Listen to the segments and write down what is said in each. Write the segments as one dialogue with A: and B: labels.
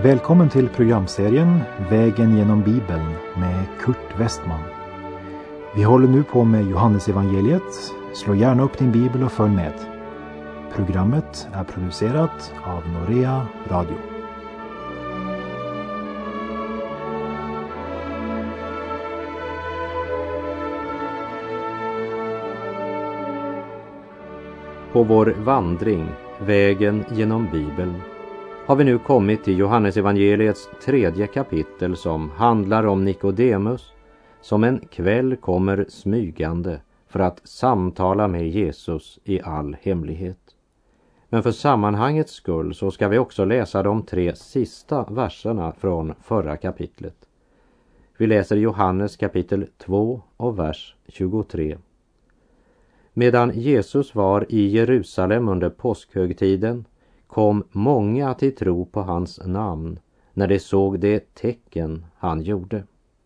A: Välkommen till programserien Vägen genom Bibeln med Kurt Westman. Vi håller nu på med Johannes evangeliet. Slå gärna upp din bibel och följ med. Programmet är producerat av Norea Radio.
B: På vår vandring, vägen genom Bibeln, har vi nu kommit till Johannes evangeliets 3:e kapitel som handlar om Nikodemus som en kväll kommer smygande för att samtala med Jesus i all hemlighet. Men för sammanhangets skull så ska vi också läsa de 3 sista verserna från förra kapitlet. Vi läser Johannes kapitel 2 och vers 23. Medan Jesus var i Jerusalem under påskhögtiden kom många till tro på hans namn när de såg det tecken han gjorde.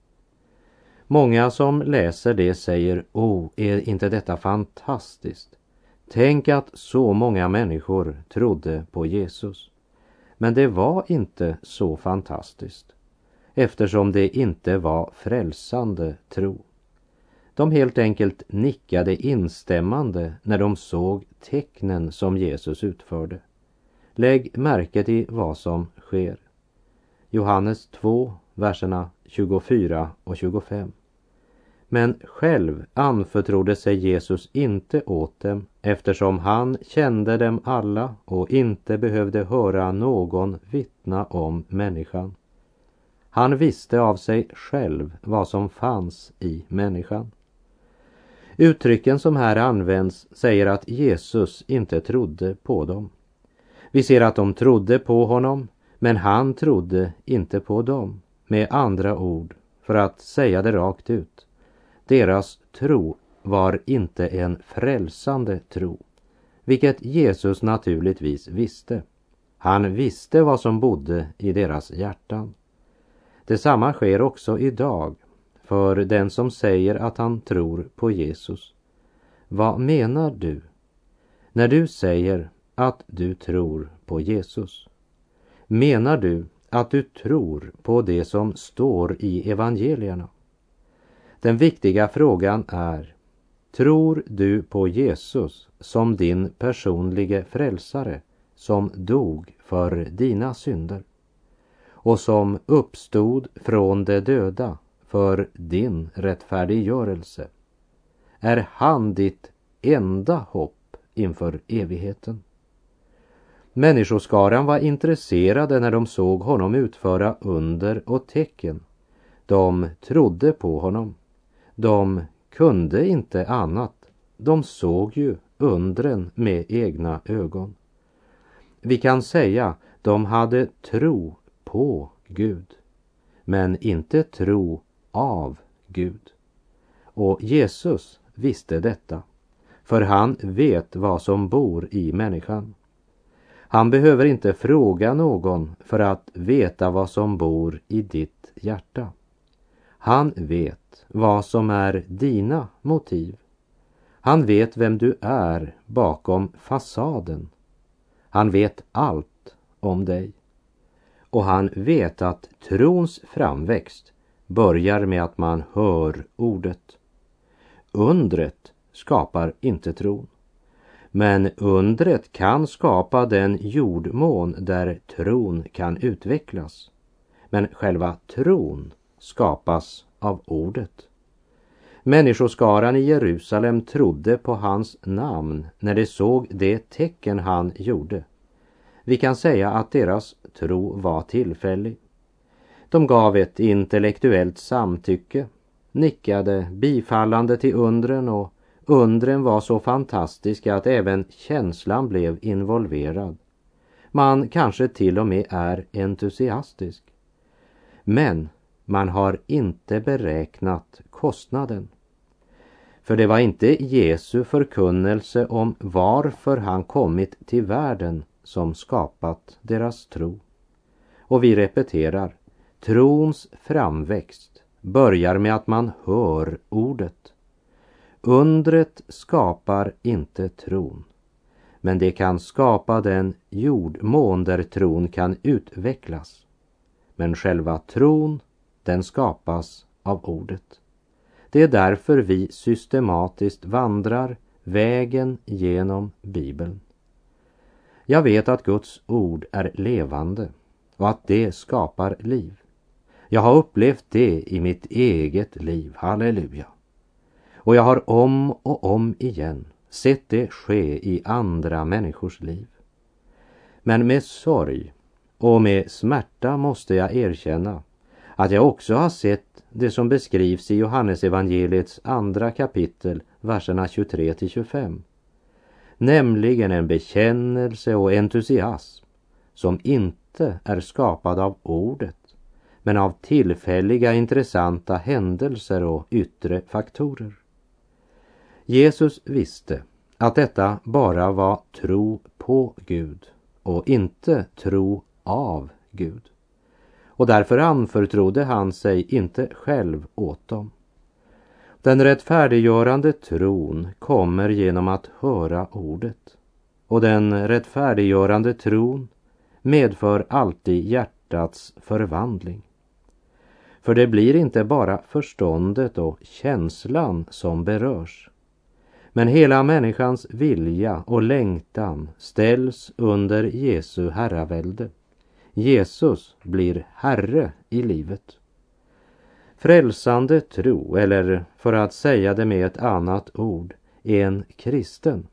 B: Många som läser det säger: är inte detta fantastiskt? Tänk att så många människor trodde på Jesus. Men det var inte så fantastiskt, eftersom det inte var frälsande tro. De helt enkelt nickade instämmande när de såg tecknen som Jesus utförde. Lägg märke till vad som sker. Johannes 2, verserna 24 och 25. Men själv anförtrodde sig Jesus inte åt dem, eftersom han kände dem alla och inte behövde höra någon vittna om människan. Han visste av sig själv vad som fanns i människan. Uttrycken som här används säger att Jesus inte trodde på dem. Vi ser att de trodde på honom, men han trodde inte på dem. Med andra ord, för att säga det rakt ut, deras tro var inte en frälsande tro, vilket Jesus naturligtvis visste. Han visste vad som bodde i deras hjärtan. Detsamma sker också idag för den som säger att han tror på Jesus. Vad menar du när du säger att du tror på Jesus? Menar du att du tror på det som står i evangelierna? Den viktiga frågan är: tror du på Jesus som din personliga frälsare som dog för dina synder och som uppstod från de döda för din rättfärdiggörelse? Är han ditt enda hopp inför evigheten? Människoskaran var intresserade när de såg honom utföra under och tecken. De trodde på honom. De kunde inte annat. De såg ju undren med egna ögon. Vi kan säga de hade tro på Gud, men inte tro av Gud. Och Jesus visste detta, för han vet vad som bor i människan. Han behöver inte fråga någon för att veta vad som bor i ditt hjärta. Han vet vad som är dina motiv. Han vet vem du är bakom fasaden. Han vet allt om dig. Och han vet att trons framväxt börjar med att man hör ordet. Undret skapar inte tron. Men undret kan skapa den jordmån där tron kan utvecklas. Men själva tron skapas av ordet. Människoskaran i Jerusalem trodde på hans namn när de såg det tecken han gjorde. Vi kan säga att deras tro var tillfällig. De gav ett intellektuellt samtycke, nickade bifallande till undren, och undren var så fantastiska att även känslan blev involverad. Man kanske till och med är entusiastisk. Men man har inte beräknat kostnaden. För det var inte Jesu förkunnelse om varför han kommit till världen som skapat deras tro. Och vi repeterar, trons framväxt börjar med att man hör ordet. Undret skapar inte tron, men det kan skapa den jordmån där tron kan utvecklas. men själva tron, den skapas av ordet. Det är därför vi systematiskt vandrar vägen genom Bibeln. Jag vet att Guds ord är levande och att det skapar liv. Jag har upplevt det i mitt eget liv, halleluja. Och jag har om och om igen sett det ske i andra människors liv. Men med sorg och med smärta måste jag erkänna att jag också har sett det som beskrivs i Johannes evangeliets 2 kapitel, verserna 23-25. Nämligen en bekännelse och entusiasm som inte är skapad av ordet, men av tillfälliga intressanta händelser och yttre faktorer. Jesus visste att detta bara var tro på Gud och inte tro av Gud. Och därför anförtrodde han sig inte själv åt dem. Den rättfärdiggörande tron kommer genom att höra ordet. Och den rättfärdiggörande tron medför alltid hjärtats förvandling. För det blir inte bara förståndet och känslan som berörs. Men hela människans vilja och längtan ställs under Jesu herravälde. Jesus blir herre i livet. Frälsande tro, eller för att säga det med ett annat ord, en kristen.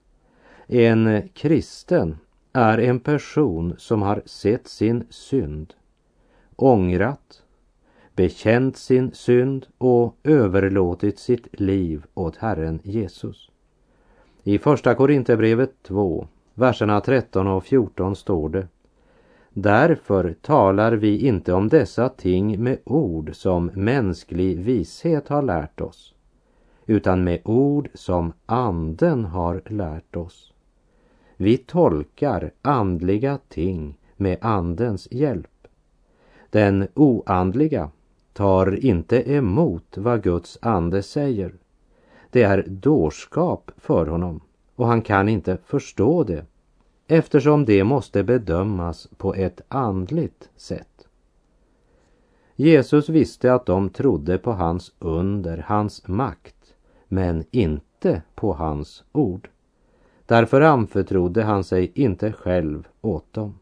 B: En kristen är en person som har sett sin synd, ångrat, bekänt sin synd och överlåtit sitt liv åt Herren Jesus. I 1 Korinthierbrevet 2, verserna 13 och 14 står det: Därför talar vi inte om dessa ting med ord som mänsklig vishet har lärt oss, utan med ord som anden har lärt oss. Vi tolkar andliga ting med andens hjälp. Den oandliga tar inte emot vad Guds ande säger. Det är dårskap för honom och han kan inte förstå det, eftersom det måste bedömas på ett andligt sätt. Jesus visste att de trodde på hans under, hans makt, men inte på hans ord. Därför anförtrodde han sig inte själv åt dem.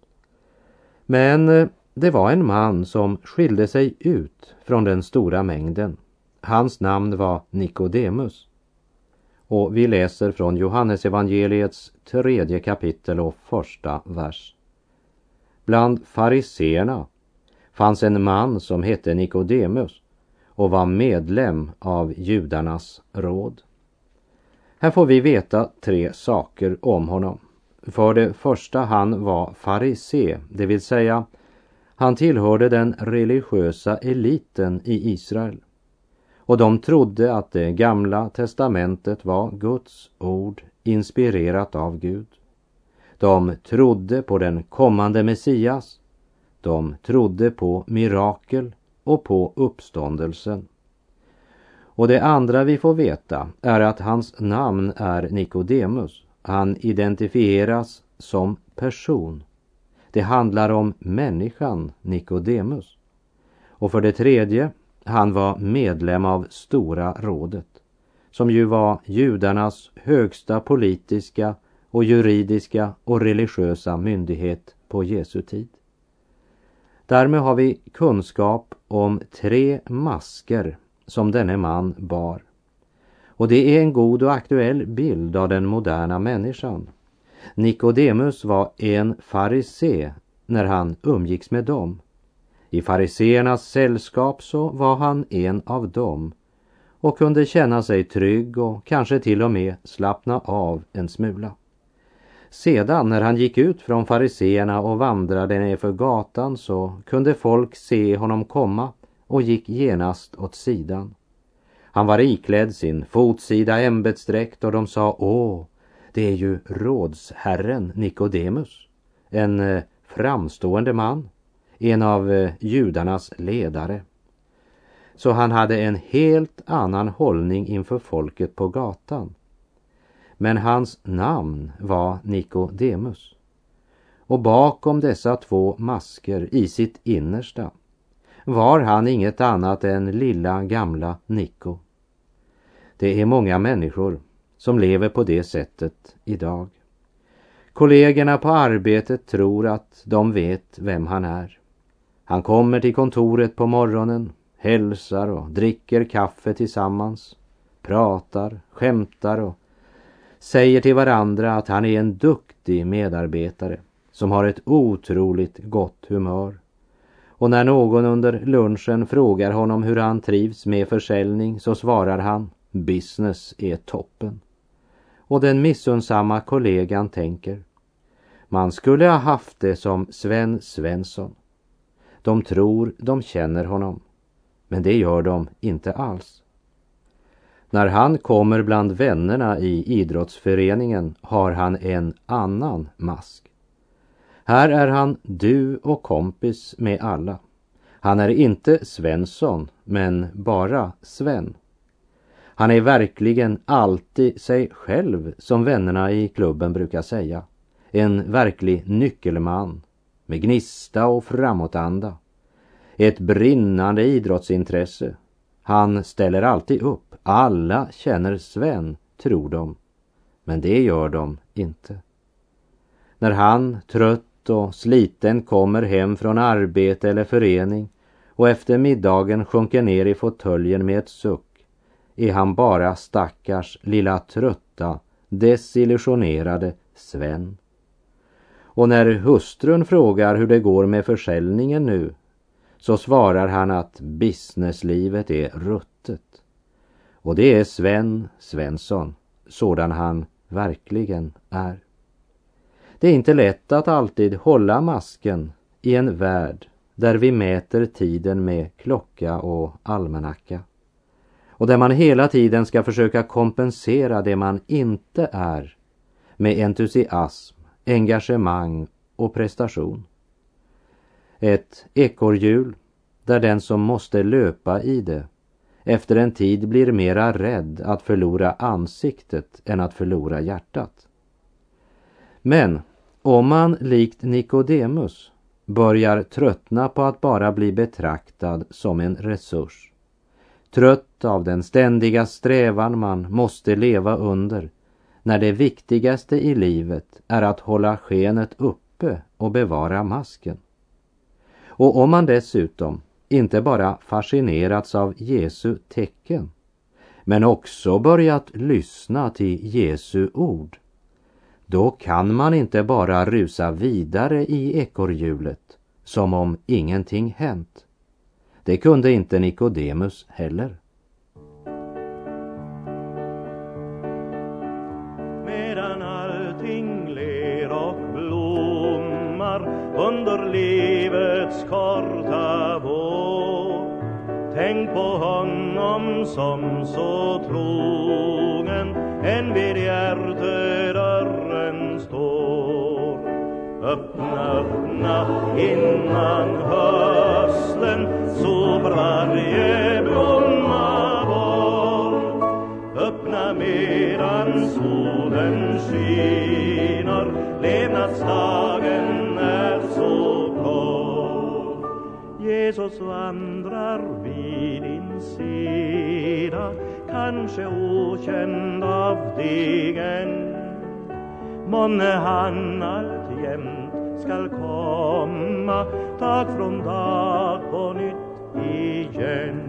B: Men det var en man som skilde sig ut från den stora mängden. Hans namn var Nikodemus. Och vi läser från Johannes evangeliets 3 kapitel och 1 vers. Bland fariseerna fanns en man som hette Nikodemus och var medlem av judarnas råd. Här får vi veta 3 saker om honom. För det första, han var farisé, det vill säga han tillhörde den religiösa eliten i Israel. Och de trodde att det gamla testamentet var Guds ord inspirerat av Gud. De trodde på den kommande Messias. De trodde på mirakel och på uppståndelsen. Och det andra vi får veta är att hans namn är Nikodemus. Han identifieras som person. Det handlar om människan Nikodemus. Och för det tredje, han var medlem av Stora rådet, som ju var judarnas högsta politiska och juridiska och religiösa myndighet på Jesu tid. Därmed har vi kunskap om 3 masker som denne man bar. Och det är en god och aktuell bild av den moderna människan. Nikodemus var en farisé när han umgicks med dem. I fariseernas sällskap så var han en av dem och kunde känna sig trygg och kanske till och med slappna av en smula. Sedan när han gick ut från fariseerna och vandrade ner för gatan så kunde folk se honom komma och gick genast åt sidan. Han var iklädd sin fotsida ämbetsdräkt och de sa: åh, det är ju rådsherren Nikodemus, en framstående man, en av judarnas ledare. Så han hade en helt annan hållning inför folket på gatan. Men hans namn var Nikodemus. och bakom dessa två masker i sitt innersta var han inget annat än lilla gamla Nico. Det är många människor som lever på det sättet idag. Kollegorna på arbetet tror att de vet vem han är. Han kommer till kontoret på morgonen, hälsar och dricker kaffe tillsammans, pratar, skämtar och säger till varandra att han är en duktig medarbetare som har ett otroligt gott humör. Och när någon under lunchen frågar honom hur han trivs med försäljning så svarar han: business är toppen. Och den missunnsamma kollegan tänker: man skulle ha haft det som Sven Svensson. De tror de känner honom, men det gör de inte alls. När han kommer bland vännerna i idrottsföreningen har han en annan mask. Här är han du och kompis med alla. Han är inte Svensson, men bara Sven. Han är verkligen alltid sig själv, som vännerna i klubben brukar säga. En verklig nyckelman med gnista och framåtanda. Ett brinnande idrottsintresse. Han ställer alltid upp. Alla känner Sven, tror de. Men det gör de inte. När han, trött och sliten, kommer hem från arbete eller förening och efter middagen sjunker ner i fåtöljen med ett suck, är han bara stackars lilla trötta, desillusionerade Sven. Och när hustrun frågar hur det går med försäljningen nu, så svarar han att businesslivet är ruttet. Och det är Sven Svensson, sådan han verkligen är. Det är inte lätt att alltid hålla masken i en värld där vi mäter tiden med klocka och almanacka. Och där man hela tiden ska försöka kompensera det man inte är med entusiasm, engagemang och prestation. Ett ekorrhjul där den som måste löpa i det efter en tid blir mera rädd att förlora ansiktet än att förlora hjärtat. Men om man likt Nikodemus börjar tröttna på att bara bli betraktad som en resurs, trött av den ständiga strävan man måste leva under, när det viktigaste i livet är att hålla skenet uppe och bevara masken. Och om man dessutom inte bara fascinerats av Jesu tecken, men också börjat lyssna till Jesu ord, då kan man inte bara rusa vidare i ekorrhjulet som om ingenting hänt. Det kunde inte Nikodemus heller.
C: Medan allting ler och blommar under livets korta vår, tänk på honom som så trogen än vid hjärtedörren står. Öppna innan hösten sopar varje blomma bort. Öppna medan solen skiner, levnadsdagen är så kort. Jesus vandrar vid din sida, kanske okänd av dig än. Månne han alltjämt skall komma, dag från dag på nytt igen.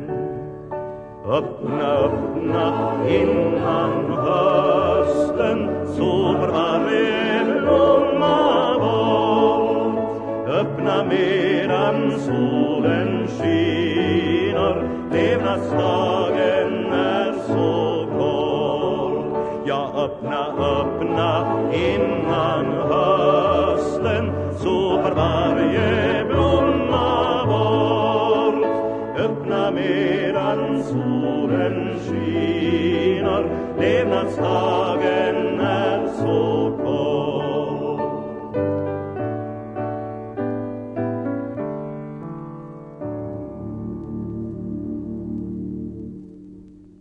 C: Öppna innan hösten sopar varje blomma bort. Öppna medan solen skiner, levnadsdagen är så kort. Ja, öppna innan hösten sopar varje blomma bort. Öppna medan solen skiner, levnadsdagen är så kort.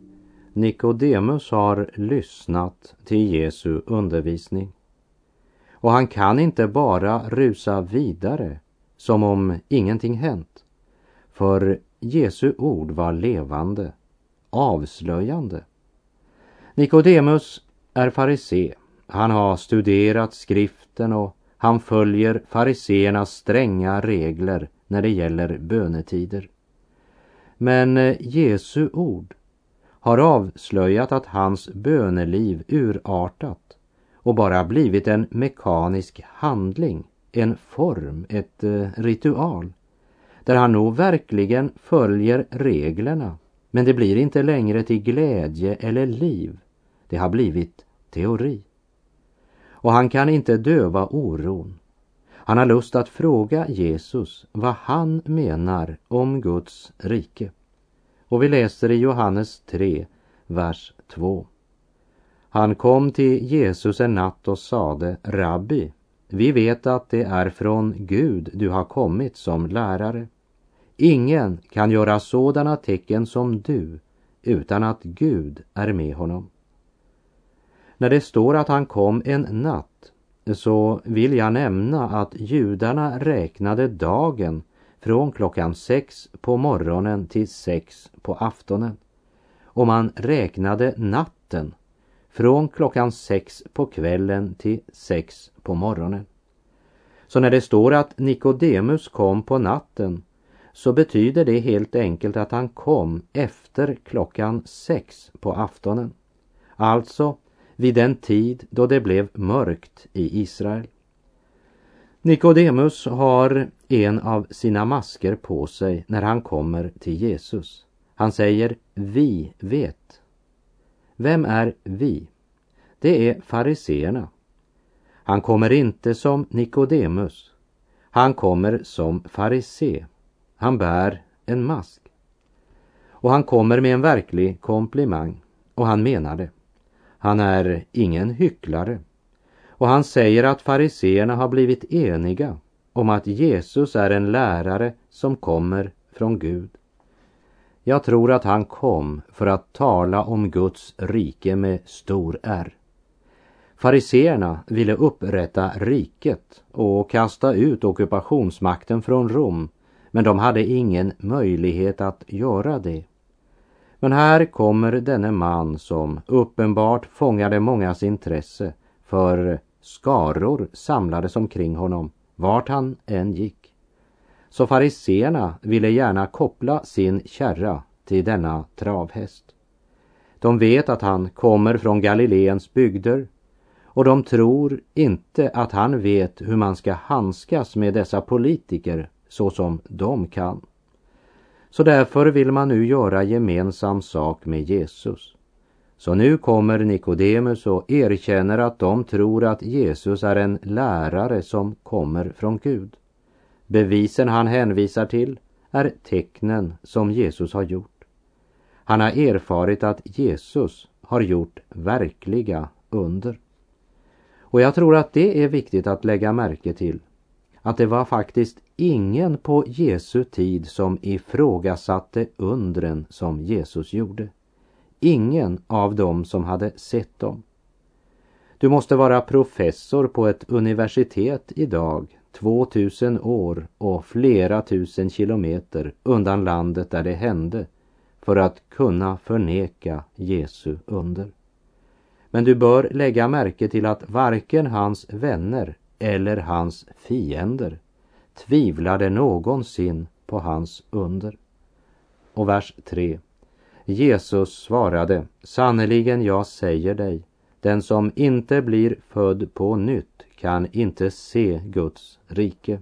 B: Nikodemus har lyssnat till Jesu undervisning. Och han kan inte bara rusa vidare som om ingenting hänt. För Jesu ord var levande, avslöjande. Nikodemus är farisé. Han har studerat skriften och han följer fariséernas stränga regler när det gäller bönetider. Men Jesu ord har avslöjat att hans böneliv urartat och bara blivit en mekanisk handling, en form, ett ritual, där han nog verkligen följer reglerna, men det blir inte längre till glädje eller liv. Det har blivit teori. Och han kan inte döva oron. Han har lust att fråga Jesus vad han menar om Guds rike. Och vi läser i Johannes 3, vers 2. Han kom till Jesus en natt och sade: Rabbi, vi vet att det är från Gud du har kommit som lärare. Ingen kan göra sådana tecken som du utan att Gud är med honom. När det står att han kom en natt, så vill jag nämna att judarna räknade dagen från klockan 6 på morgonen till 6 på aftonen. Och man räknade natten från klockan 6 på kvällen till 6 på morgonen. Så när det står att Nikodemus kom på natten, så betyder det helt enkelt att han kom efter klockan 6 på aftonen. Alltså vid den tid då det blev mörkt i Israel. Nikodemus har en av sina masker på sig när han kommer till Jesus. Han säger: vi vet. Vem är vi? Det är fariséerna. Han kommer inte som Nikodemus. Han kommer som farisé. Han bär en mask. Och han kommer med en verklig komplimang. Och han menar det. Han är ingen hycklare. Och han säger att fariséerna har blivit eniga om att Jesus är en lärare som kommer från Gud. Jag tror att han kom för att tala om Guds rike med stor R. Fariséerna ville upprätta riket och kasta ut ockupationsmakten från Rom, men de hade ingen möjlighet att göra det. Men här kommer denne man som uppenbart fångade mångas intresse, för skaror samlades omkring honom vart han än gick. Så fariséerna ville gärna koppla sin kärra till denna travhäst. De vet att han kommer från Galileens bygder, och de tror inte att han vet hur man ska handskas med dessa politiker så som de kan. Så därför vill man nu göra gemensam sak med Jesus. Så nu kommer Nikodemus och erkänner att de tror att Jesus är en lärare som kommer från Gud. Bevisen han hänvisar till är tecknen som Jesus har gjort. Han har erfarit att Jesus har gjort verkliga under. Och jag tror att det är viktigt att lägga märke till att det var faktiskt ingen på Jesu tid som ifrågasatte undren som Jesus gjorde. Ingen av dem som hade sett dem. Du måste vara professor på ett universitet idag, 2000 år och flera tusen kilometer undan landet där det hände, för att kunna förneka Jesu under. Men du bör lägga märke till att varken hans vänner eller hans fiender tvivlade någonsin på hans under. Och vers 3. Jesus svarade: sannerligen jag säger dig, den som inte blir född på nytt kan inte se Guds rike.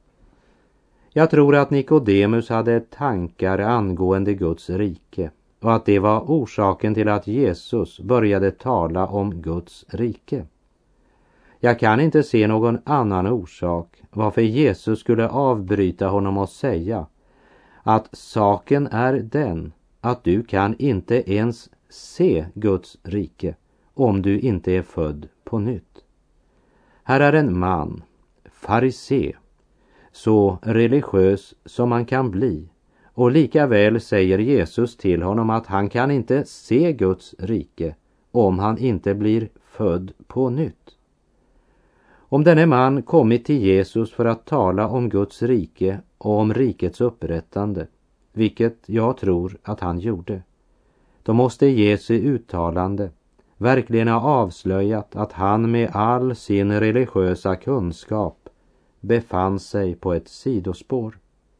B: Jag tror att Nikodemus hade tankar angående Guds rike, och att det var orsaken till att Jesus började tala om Guds rike. Jag kan inte se någon annan orsak varför Jesus skulle avbryta honom och säga att saken är den att du kan inte ens se Guds rike om du inte är född på nytt. Här är en man, farisé, så religiös som man kan bli, och lika väl säger Jesus till honom att han kan inte se Guds rike om han inte blir född på nytt. Om denne man kommit till Jesus för att tala om Guds rike och om rikets upprättande, vilket jag tror att han gjorde, då måste Jesu uttalande verkligen ha avslöjat att han med all sin religiösa kunskap befann sig på ett sidospår.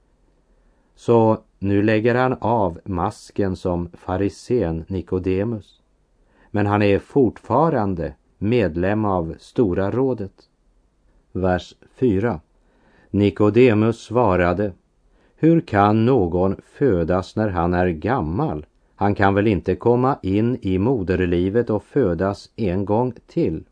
B: Så nu lägger han av masken som farisén Nikodemus, men han är fortfarande medlem av Stora rådet. Vers 4. Nikodemus svarade: hur kan någon födas när han är gammal? Han kan väl inte komma in i moderlivet och födas en gång till?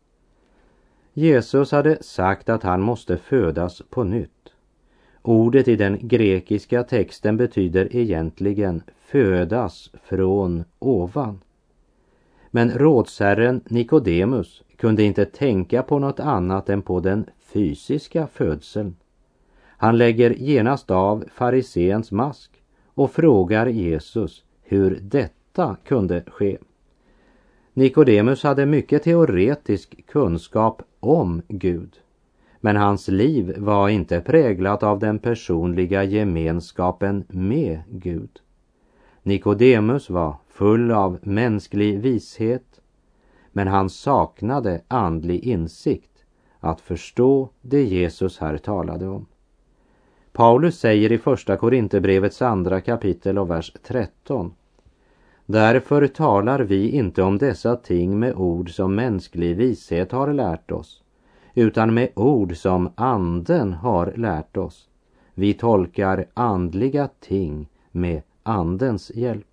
B: Jesus hade sagt att han måste födas på nytt. Ordet i den grekiska texten betyder egentligen födas från ovan. Men rådsherren Nikodemus kunde inte tänka på något annat än på den fysiska födseln. Han lägger genast av fariséns mask och frågar Jesus hur detta kunde ske. Nikodemus hade mycket teoretisk kunskap om Gud, men hans liv var inte präglat av den personliga gemenskapen med Gud. Nikodemus var full av mänsklig vishet, men han saknade andlig insikt att förstå det Jesus här talade om. Paulus säger i första Korinthierbrevets 2 kapitel och vers 13: därför talar vi inte om dessa ting med ord som mänsklig vishet har lärt oss, utan med ord som anden har lärt oss. Vi tolkar andliga ting med andens hjälp.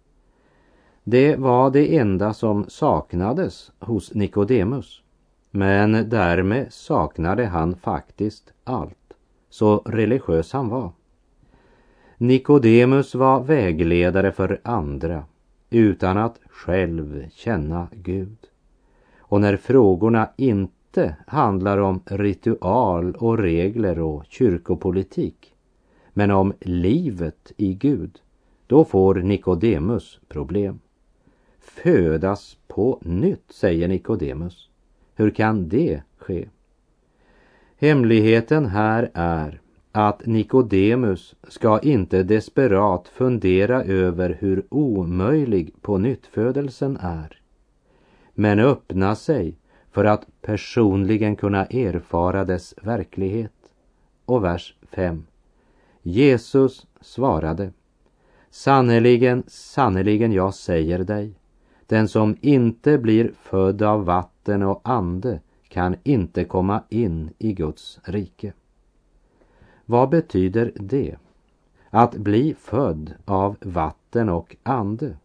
B: Det var det enda som saknades hos Nikodemus, men därmed saknade han faktiskt allt. Så religiös han var. Nikodemus var vägledare för andra utan att själv känna Gud. Och när frågorna inte handlar om ritual och regler och kyrkopolitik, men om livet i Gud, då får Nikodemus problem. Födas på nytt, säger Nikodemus. Hur kan det ske? Hemligheten här är att Nikodemus ska inte desperat fundera över hur omöjlig pånyttfödelsen är, men öppna sig för att personligen kunna erfara dess verklighet. Och vers 5. Jesus svarade: sannerligen, sannerligen, jag säger dig, den som inte blir född av vatten och ande kan inte komma in i Guds rike. Vad betyder det? Att bli född av vatten och ande?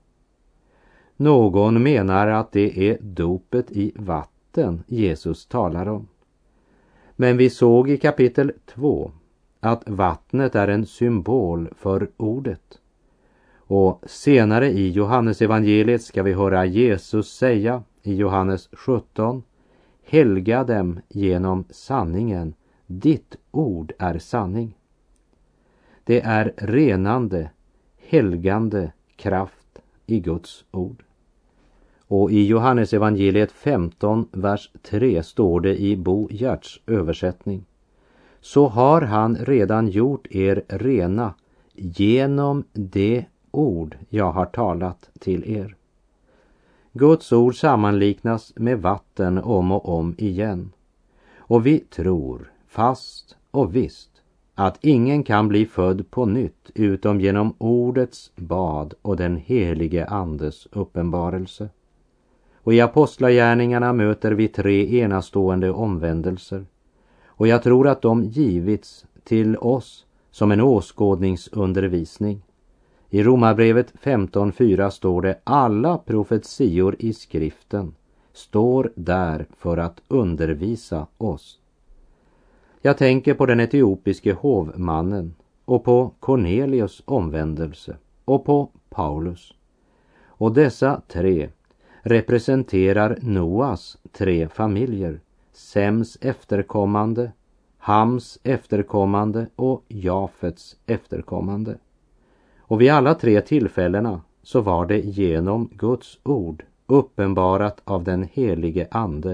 B: Någon menar att det är dopet i vatten Jesus talar om. Men vi såg i kapitel 2 att vattnet är en symbol för ordet. Och senare i Johannes evangeliet ska vi höra Jesus säga i Johannes 17: helga dem genom sanningen, ditt ord är sanning. Det är renande, helgande kraft i Guds ord. Och i Johannes evangeliet 15, vers 3 står det i Bo Giertz översättning: så har han redan gjort er rena genom det ord jag har talat till er. Guds ord sammanliknas med vatten om och om igen. Och vi tror fast och visst att ingen kan bli född på nytt utom genom ordets bad och den helige andes uppenbarelse. Och i apostlagärningarna möter vi 3 enastående omvändelser. Och jag tror att de givits till oss som en åskådningsundervisning. I Romarbrevet 15:4 står det: alla profetior i skriften står där för att undervisa oss. Jag tänker på den etiopiske hovmannen och på Cornelius omvändelse och på Paulus. Och dessa 3 representerar Noas 3 familjer: Sems efterkommande, Hams efterkommande och Jafets efterkommande. Och vid alla 3 tillfällena så var det genom Guds ord, uppenbarat av den helige ande,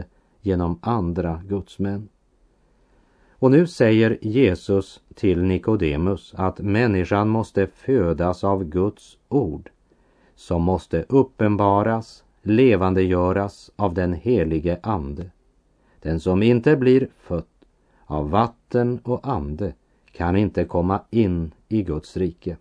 B: genom andra gudsmän. Och nu säger Jesus till Nikodemus att människan måste födas av Guds ord, som måste uppenbaras, levandegöras av den helige ande. Den som inte blir född av vatten och ande kan inte komma in i Guds rike.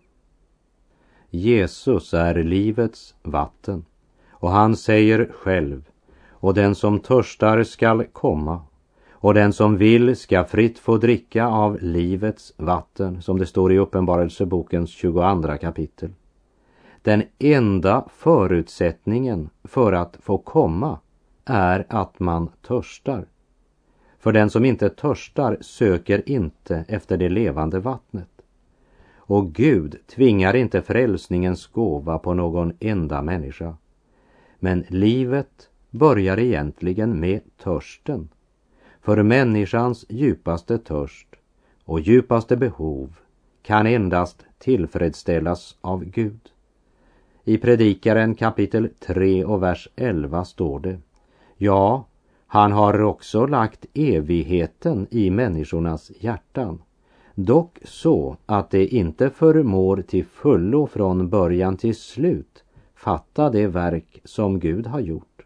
B: Jesus är livets vatten, och han säger själv: och den som törstar skall komma, och den som vill ska fritt få dricka av livets vatten, som det står i Uppenbarelsebokens 22 kapitel. Den enda förutsättningen för att få komma är att man törstar. För den som inte törstar söker inte efter det levande vattnet. Och Gud tvingar inte frälsningens gåva på någon enda människa. Men livet börjar egentligen med törsten. För människans djupaste törst och djupaste behov kan endast tillfredsställas av Gud. I Predikaren kapitel 3 och vers 11 står det: ja, han har också lagt evigheten i människornas hjärtan, dock så att det inte förmår till fullo från början till slut fatta det verk som Gud har gjort.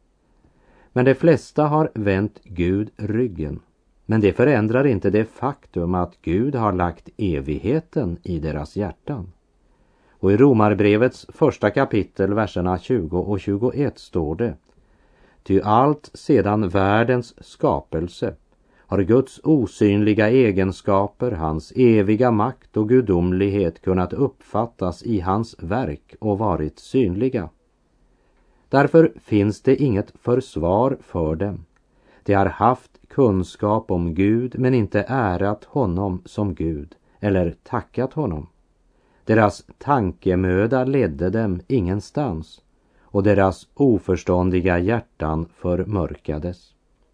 B: Men de flesta har vänt Gud ryggen, men det förändrar inte det faktum att Gud har lagt evigheten i deras hjärtan. Och i Romarbrevets 1 kapitel, verserna 20 och 21 står det: ty allt sedan världens skapelse har Guds osynliga egenskaper, hans eviga makt och gudomlighet kunnat uppfattas i hans verk och varit synliga. Därför finns det inget försvar för dem. De har haft kunskap om Gud men inte ärat honom som Gud eller tackat honom. Deras tankemöda ledde dem ingenstans, och deras oförståndiga hjärtan förmörkades.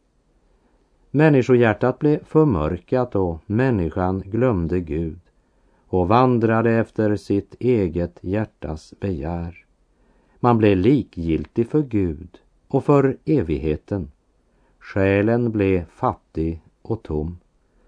B: Människohjärtat blev förmörkat och människan glömde Gud och vandrade efter sitt eget hjärtas begär. Man blev likgiltig för Gud och för evigheten. Själen blev fattig och tom.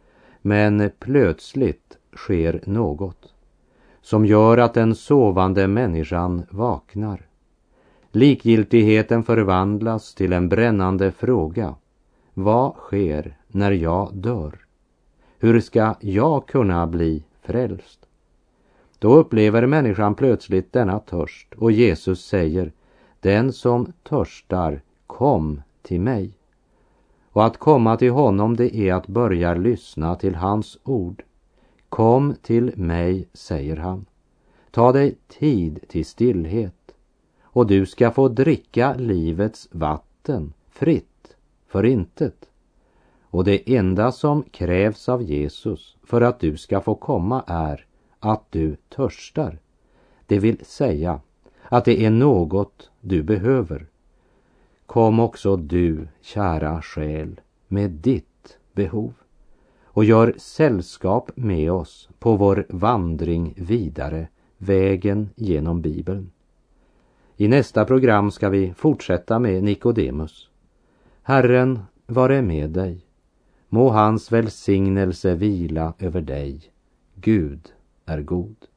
B: Men plötsligt sker något som gör att den sovande människan vaknar. Likgiltigheten förvandlas till en brännande fråga. Vad sker när jag dör? Hur ska jag kunna bli frälst? Då upplever människan plötsligt denna törst, och Jesus säger: den som törstar, kom till mig. Och att komma till honom, det är att börja lyssna till hans ord. Kom till mig, säger han. Ta dig tid till stillhet, och du ska få dricka livets vatten fritt för intet. Och det enda som krävs av Jesus för att du ska få komma är att du törstar. Det vill säga att det är något du behöver. Kom också du, kära själ, med ditt behov och gör sällskap med oss på vår vandring vidare, vägen genom Bibeln. I nästa program ska vi fortsätta med Nikodemus. Herren vare med dig. Må hans välsignelse vila över dig. Gud är god.